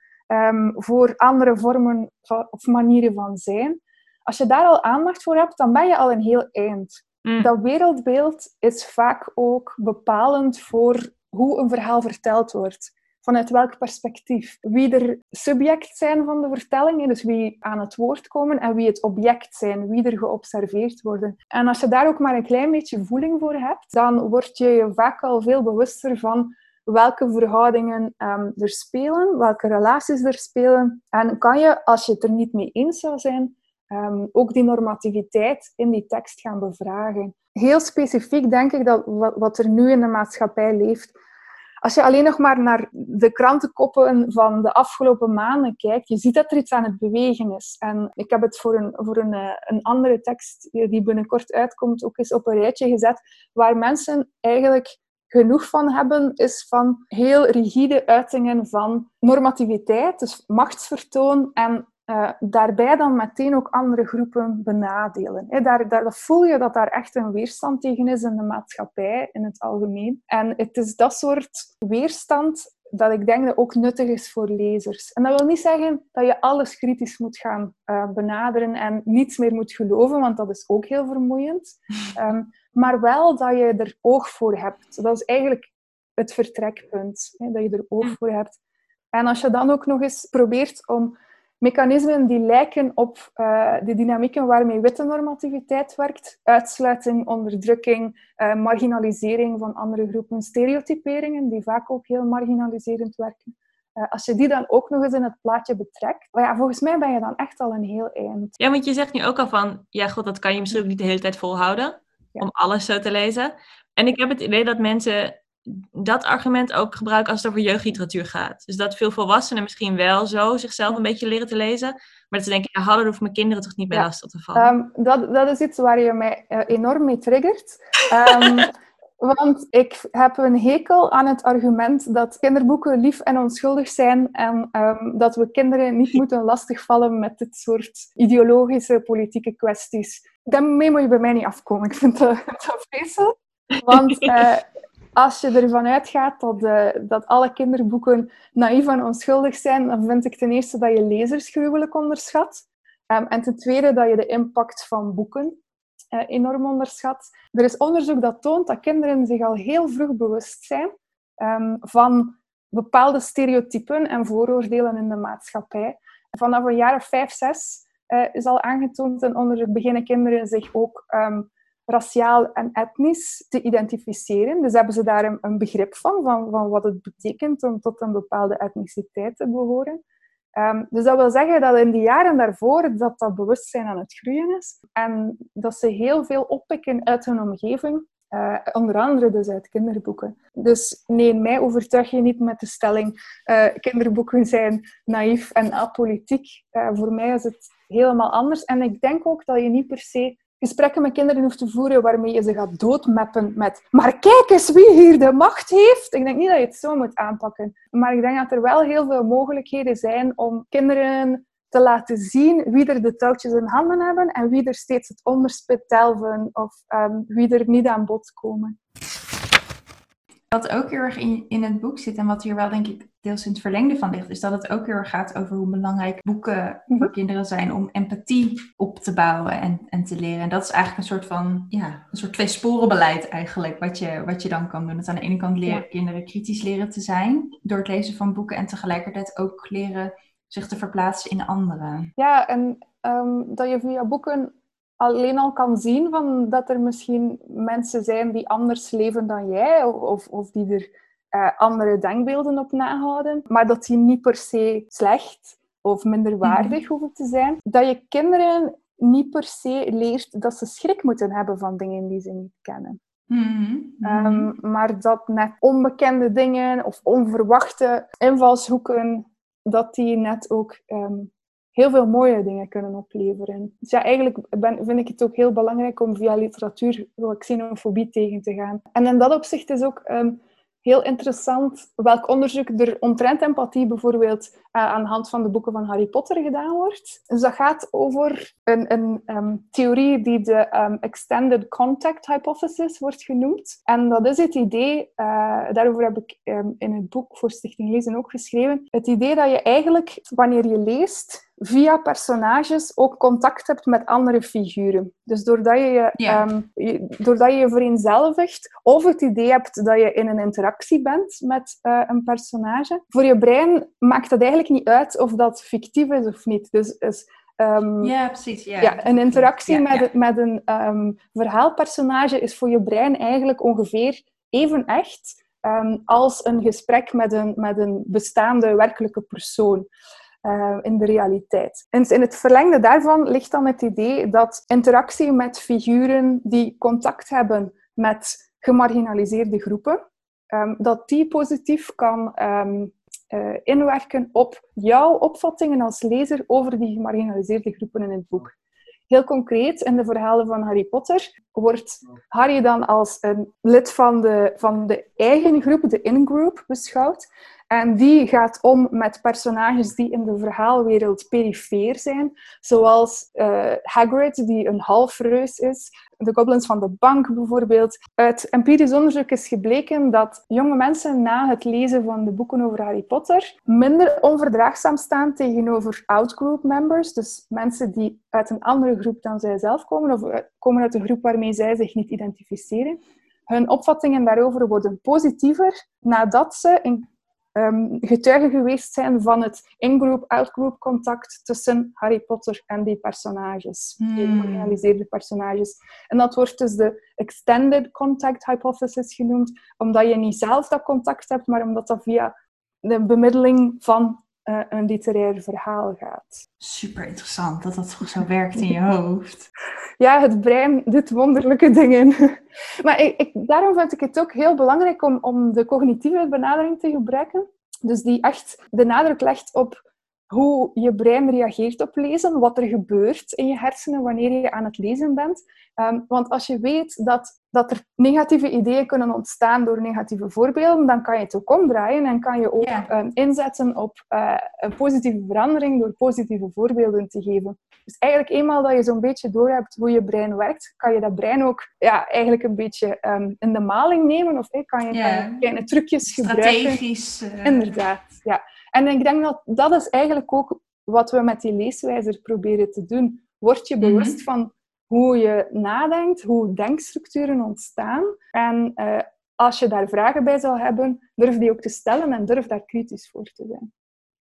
voor andere vormen of manieren van zijn. Als je daar al aandacht voor hebt, dan ben je al een heel eind. Dat wereldbeeld is vaak ook bepalend voor hoe een verhaal verteld wordt. Vanuit welk perspectief. Wie er subject zijn van de vertelling, dus wie aan het woord komen, en wie het object zijn, wie er geobserveerd worden. En als je daar ook maar een klein beetje voeling voor hebt, dan word je je vaak al veel bewuster van welke verhoudingen er spelen, welke relaties er spelen. En kan je, als je het er niet mee eens zou zijn, ook die normativiteit in die tekst gaan bevragen. Heel specifiek denk ik dat wat er nu in de maatschappij leeft, als je alleen nog maar naar de krantenkoppen van de afgelopen maanden kijkt, je ziet dat er iets aan het bewegen is. En ik heb het voor een andere tekst die binnenkort uitkomt ook eens op een rijtje gezet, waar mensen eigenlijk genoeg van hebben, is van heel rigide uitingen van normativiteit, dus machtsvertoon, en daarbij dan meteen ook andere groepen benadelen. Daar voel je dat daar echt een weerstand tegen is in de maatschappij in het algemeen. En het is dat soort weerstand dat ik denk dat ook nuttig is voor lezers. En dat wil niet zeggen dat je alles kritisch moet gaan benaderen en niets meer moet geloven, want dat is ook heel vermoeiend. Maar wel dat je er oog voor hebt. Dat is eigenlijk het vertrekpunt, dat je er oog voor hebt. En als je dan ook nog eens probeert om mechanismen die lijken op de dynamieken waarmee witte normativiteit werkt, uitsluiting, onderdrukking, marginalisering van andere groepen, stereotyperingen, die vaak ook heel marginaliserend werken. Als je die dan ook nog eens in het plaatje betrekt, volgens mij ben je dan echt al een heel eind. Ja, want je zegt nu ook al van, ja god, dat kan je misschien ook niet de hele tijd volhouden, om alles zo te lezen. En ik heb het idee dat mensen dat argument ook gebruiken als het over jeugdliteratuur gaat. Dus dat veel volwassenen misschien wel zo zichzelf een beetje leren te lezen, maar dat ze denken, daar hoeven mijn kinderen toch niet bij lastig te vallen. Dat is iets waar je mij enorm mee triggert. Want ik heb een hekel aan het argument dat kinderboeken lief en onschuldig zijn en dat we kinderen niet moeten lastigvallen met dit soort ideologische, politieke kwesties. Daarmee moet je bij mij niet afkomen. Ik vind dat vreselijk. Want als je ervan uitgaat dat alle kinderboeken naïef en onschuldig zijn, dan vind ik ten eerste dat je lezers gruwelijk onderschat. En ten tweede dat je de impact van boeken enorm onderschat. Er is onderzoek dat toont dat kinderen zich al heel vroeg bewust zijn van bepaalde stereotypen en vooroordelen in de maatschappij. Vanaf een jaar of 5, 6 is al aangetoond in onderzoek beginnen kinderen zich ook raciaal en etnisch te identificeren. Dus hebben ze daar een begrip van wat het betekent om tot een bepaalde etniciteit te behoren. Dus dat wil zeggen dat in de jaren daarvoor dat bewustzijn aan het groeien is. En dat ze heel veel oppikken uit hun omgeving. Onder andere dus uit kinderboeken. Dus nee, mij overtuig je niet met de stelling kinderboeken zijn naïef en apolitiek. Voor mij is het helemaal anders. En ik denk ook dat je niet per se gesprekken met kinderen hoeft te voeren waarmee je ze gaat doodmappen met maar kijk eens wie hier de macht heeft. Ik denk niet dat je het zo moet aanpakken. Maar ik denk dat er wel heel veel mogelijkheden zijn om kinderen te laten zien wie er de touwtjes in handen hebben en wie er steeds het onderspit delven of wie er niet aan bod komen. Wat ook heel erg in het boek zit en wat hier wel denk ik deels in het verlengde van ligt, is dat het ook heel erg gaat over hoe belangrijk boeken voor kinderen zijn om empathie op te bouwen en te leren. En dat is eigenlijk een soort tweesporenbeleid eigenlijk, wat je dan kan doen. Dat aan de ene kant leren kinderen kritisch leren te zijn door het lezen van boeken en tegelijkertijd ook leren zich te verplaatsen in anderen. Ja, en dat je via boeken alleen al kan zien van dat er misschien mensen zijn die anders leven dan jij of die er andere denkbeelden op nahouden, maar dat die niet per se slecht of minderwaardig hoeven te zijn. Dat je kinderen niet per se leert dat ze schrik moeten hebben van dingen die ze niet kennen. Maar dat net onbekende dingen of onverwachte invalshoeken, dat die net ook heel veel mooie dingen kunnen opleveren. Dus ja, eigenlijk vind ik het ook heel belangrijk om via literatuur xenofobie tegen te gaan. En in dat opzicht is ook heel interessant welk onderzoek er omtrent empathie bijvoorbeeld aan de hand van de boeken van Harry Potter gedaan wordt. Dus dat gaat over een theorie die de Extended Contact Hypothesis wordt genoemd. En dat is het idee, daarover heb ik in het boek voor Stichting Lezen ook geschreven, het idee dat je eigenlijk, wanneer je leest, via personages ook contact hebt met andere figuren. Dus doordat je vereenzelvigt of het idee hebt dat je in een interactie bent met een personage, voor je brein maakt dat eigenlijk niet uit of dat fictief is of niet. Dus precies. Ja, een interactie met een verhaalpersonage is voor je brein eigenlijk ongeveer even echt als een gesprek met een bestaande werkelijke persoon. In de realiteit. En in het verlengde daarvan ligt dan het idee dat interactie met figuren die contact hebben met gemarginaliseerde groepen, dat die positief kan inwerken op jouw opvattingen als lezer over die gemarginaliseerde groepen in het boek. Heel concreet, in de verhalen van Harry Potter wordt Harry dan als een lid van de eigen groep, de in-group, beschouwd. En die gaat om met personages die in de verhaalwereld perifeer zijn. Zoals Hagrid, die een halfreus is. De goblins van de bank bijvoorbeeld. Uit empirisch onderzoek is gebleken dat jonge mensen na het lezen van de boeken over Harry Potter minder onverdraagzaam staan tegenover out-group members. Dus mensen die uit een andere groep dan zij zelf komen. Of komen uit een groep waarmee zij zich niet identificeren. Hun opvattingen daarover worden positiever nadat ze getuigen geweest zijn van het in-group, out-group contact tussen Harry Potter en die personages, die gemarginaliseerde personages. En dat wordt dus de Extended Contact Hypothesis genoemd, omdat je niet zelf dat contact hebt, maar omdat dat via de bemiddeling van een literair verhaal gaat. Super interessant dat dat zo werkt in je hoofd. Ja, het brein doet wonderlijke dingen. Maar daarom vind ik het ook heel belangrijk om de cognitieve benadering te gebruiken. Dus die echt de nadruk legt op hoe je brein reageert op lezen, wat er gebeurt in je hersenen wanneer je aan het lezen bent. Want als je weet dat er negatieve ideeën kunnen ontstaan door negatieve voorbeelden, dan kan je het ook omdraaien en kan je ook inzetten op een positieve verandering door positieve voorbeelden te geven. Dus eigenlijk eenmaal dat je zo'n beetje doorhebt hoe je brein werkt, kan je dat brein ook eigenlijk een beetje in de maling nemen of kan je kleine trucjes gebruiken. Strategisch. Inderdaad, ja. En ik denk dat is eigenlijk ook wat we met die leeswijzer proberen te doen. Word je bewust van hoe je nadenkt, hoe denkstructuren ontstaan. En als je daar vragen bij zou hebben, durf die ook te stellen en durf daar kritisch voor te zijn.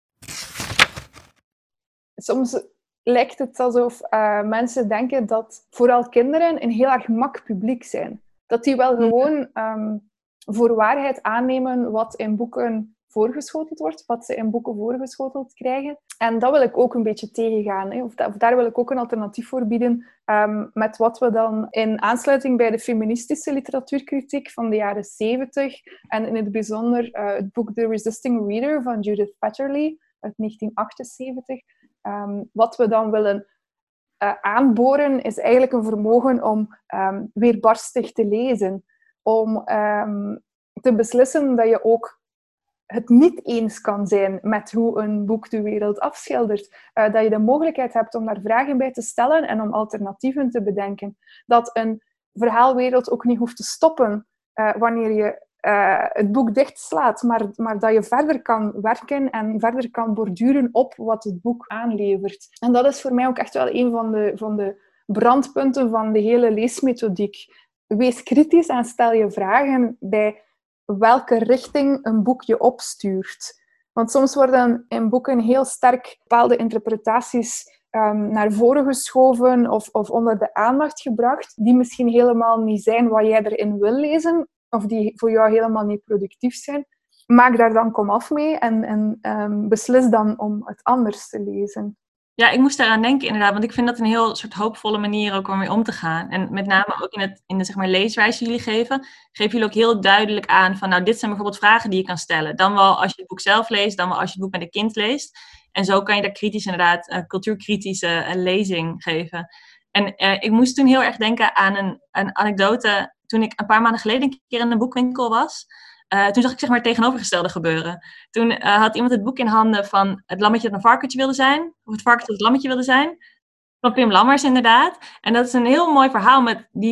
Soms lijkt het alsof mensen denken dat vooral kinderen een heel erg mak publiek zijn. Dat die wel gewoon voor waarheid aannemen wat in boeken voorgeschoteld wordt, wat ze in boeken voorgeschoteld krijgen. En dat wil ik ook een beetje tegengaan. Hè. Of daar wil ik ook een alternatief voor bieden met wat we dan in aansluiting bij de feministische literatuurkritiek van de jaren 70 en in het bijzonder het boek The Resisting Reader van Judith Patterley uit 1978. Wat we dan willen aanboren is eigenlijk een vermogen om weerbarstig te lezen. Om te beslissen dat je ook het niet eens kan zijn met hoe een boek de wereld afschildert. Dat je de mogelijkheid hebt om daar vragen bij te stellen en om alternatieven te bedenken. Dat een verhaalwereld ook niet hoeft te stoppen wanneer je het boek dichtslaat, maar dat je verder kan werken en verder kan borduren op wat het boek aanlevert. En dat is voor mij ook echt wel een van de brandpunten van de hele leesmethodiek. Wees kritisch en stel je vragen bij welke richting een boek je opstuurt. Want soms worden in boeken heel sterk bepaalde interpretaties naar voren geschoven of onder de aandacht gebracht, die misschien helemaal niet zijn wat jij erin wil lezen, of die voor jou helemaal niet productief zijn. Maak daar dan komaf mee en beslis dan om het anders te lezen. Ja, ik moest daaraan denken inderdaad, want ik vind dat een heel soort hoopvolle manier ook om mee om te gaan. En met name ook in de zeg maar, leeswijze die jullie geven jullie ook heel duidelijk aan van, nou, dit zijn bijvoorbeeld vragen die je kan stellen. Dan wel als je het boek zelf leest, dan wel als je het boek met een kind leest. En zo kan je daar kritisch inderdaad, cultuurkritische lezing geven. En ik moest toen heel erg denken aan een anekdote toen ik een paar maanden geleden een keer in een boekwinkel was. Toen zag ik zeg maar het tegenovergestelde gebeuren. Toen had iemand het boek in handen van Het lammetje dat een varkentje wilde zijn. Of Het varkentje dat het lammetje wilde zijn. Van Pim Lammers inderdaad. En dat is een heel mooi verhaal die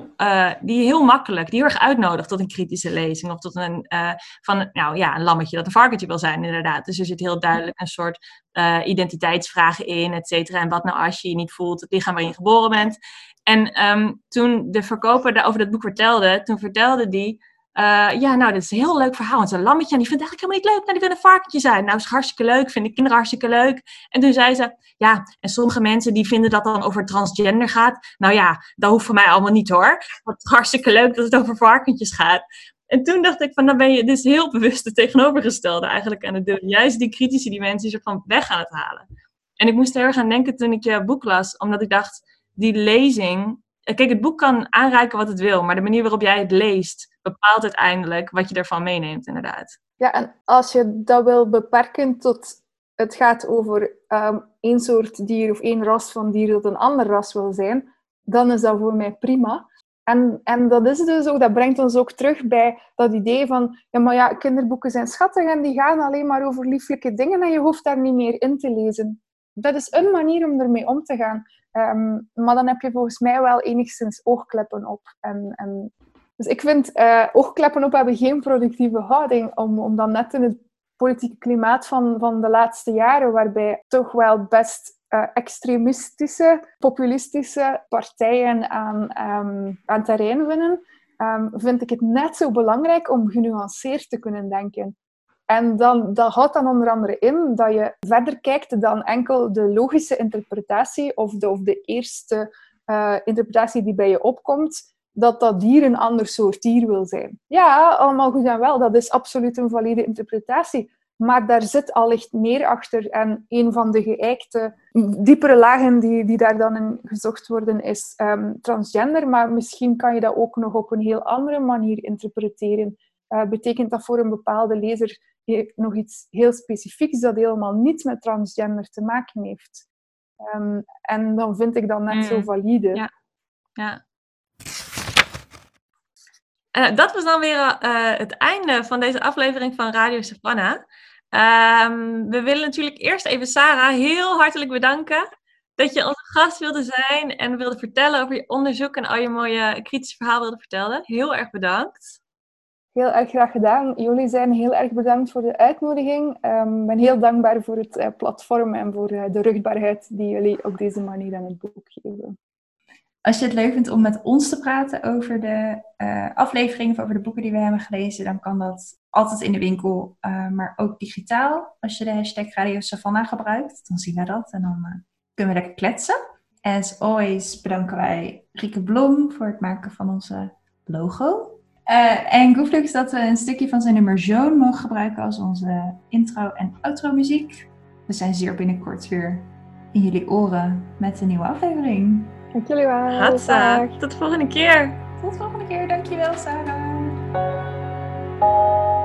heel makkelijk, die heel erg uitnodigt tot een kritische lezing. Of tot een lammetje dat een varkentje wil zijn inderdaad. Dus er zit heel duidelijk een soort identiteitsvragen in, et cetera. En wat nou als je je niet voelt, het lichaam waarin je geboren bent. En toen de verkoper daarover dat boek vertelde, toen vertelde die... dit is een heel leuk verhaal. Het is een lammetje en die vindt het eigenlijk helemaal niet leuk. Nou, die wil een varkentje zijn. Nou, dat is hartstikke leuk. Vinden kinderen hartstikke leuk. En toen zei ze, ja, en sommige mensen die vinden dat dan over transgender gaat. Nou ja, dat hoeft voor mij allemaal niet hoor. Want het is hartstikke leuk dat het over varkentjes gaat. En toen dacht ik van, dan ben je dus heel bewust het tegenovergestelde eigenlijk aan het doen. Juist die kritische dimensie soort van weg aan het halen. En ik moest er heel erg aan denken toen ik je boek las. Omdat ik dacht, die lezing... Kijk, het boek kan aanreiken wat het wil, maar de manier waarop jij het leest bepaalt uiteindelijk wat je ervan meeneemt, inderdaad. Ja, en als je dat wil beperken tot het gaat over één soort dier of één ras van dier dat een ander ras wil zijn, dan is dat voor mij prima. En dat is dus ook, dat brengt ons ook terug bij dat idee van, kinderboeken zijn schattig en die gaan alleen maar over lieflijke dingen en je hoeft daar niet meer in te lezen. Dat is een manier om ermee om te gaan. Maar dan heb je volgens mij wel enigszins oogkleppen op. Dus ik vind oogkleppen op hebben geen productieve houding, om dan net in het politieke klimaat van de laatste jaren, waarbij toch wel best extremistische, populistische partijen aan terrein winnen, vind ik het net zo belangrijk om genuanceerd te kunnen denken. En dat houdt dan onder andere in dat je verder kijkt dan enkel de logische interpretatie of de eerste interpretatie die bij je opkomt, dat dier een ander soort dier wil zijn. Ja, allemaal goed en wel, dat is absoluut een valide interpretatie. Maar daar zit allicht meer achter. En een van de geëikte, diepere lagen die daar dan in gezocht worden, is transgender. Maar misschien kan je dat ook nog op een heel andere manier interpreteren. Betekent dat voor een bepaalde lezer nog iets heel specifieks dat helemaal niets met transgender te maken heeft. En dan vind ik dat net zo valide. Ja. Ja. Dat was dan weer het einde van deze aflevering van Radio Savannah. We willen natuurlijk eerst even Sarah heel hartelijk bedanken dat je onze gast wilde zijn en wilde vertellen over je onderzoek en al je mooie kritische verhaal wilde vertellen. Heel erg bedankt. Heel erg graag gedaan. Jullie zijn heel erg bedankt voor de uitnodiging. Ik ben heel dankbaar voor het platform en voor de rugbaarheid die jullie op deze manier aan het boek geven. Als je het leuk vindt om met ons te praten over de afleveringen of over de boeken die we hebben gelezen, dan kan dat altijd in de winkel, maar ook digitaal. Als je de hashtag Radio Savannah gebruikt, dan zien we dat en dan kunnen we lekker kletsen. As always bedanken wij Rieke Blom voor het maken van onze logo. En Gooflux dat we een stukje van zijn nummer Joan mogen gebruiken als onze intro- en outro-muziek. We zijn zeer binnenkort weer in jullie oren met een nieuwe aflevering. Dank jullie wel. Hatsa. Tot de volgende keer. Tot de volgende keer. Dankjewel, Sarah.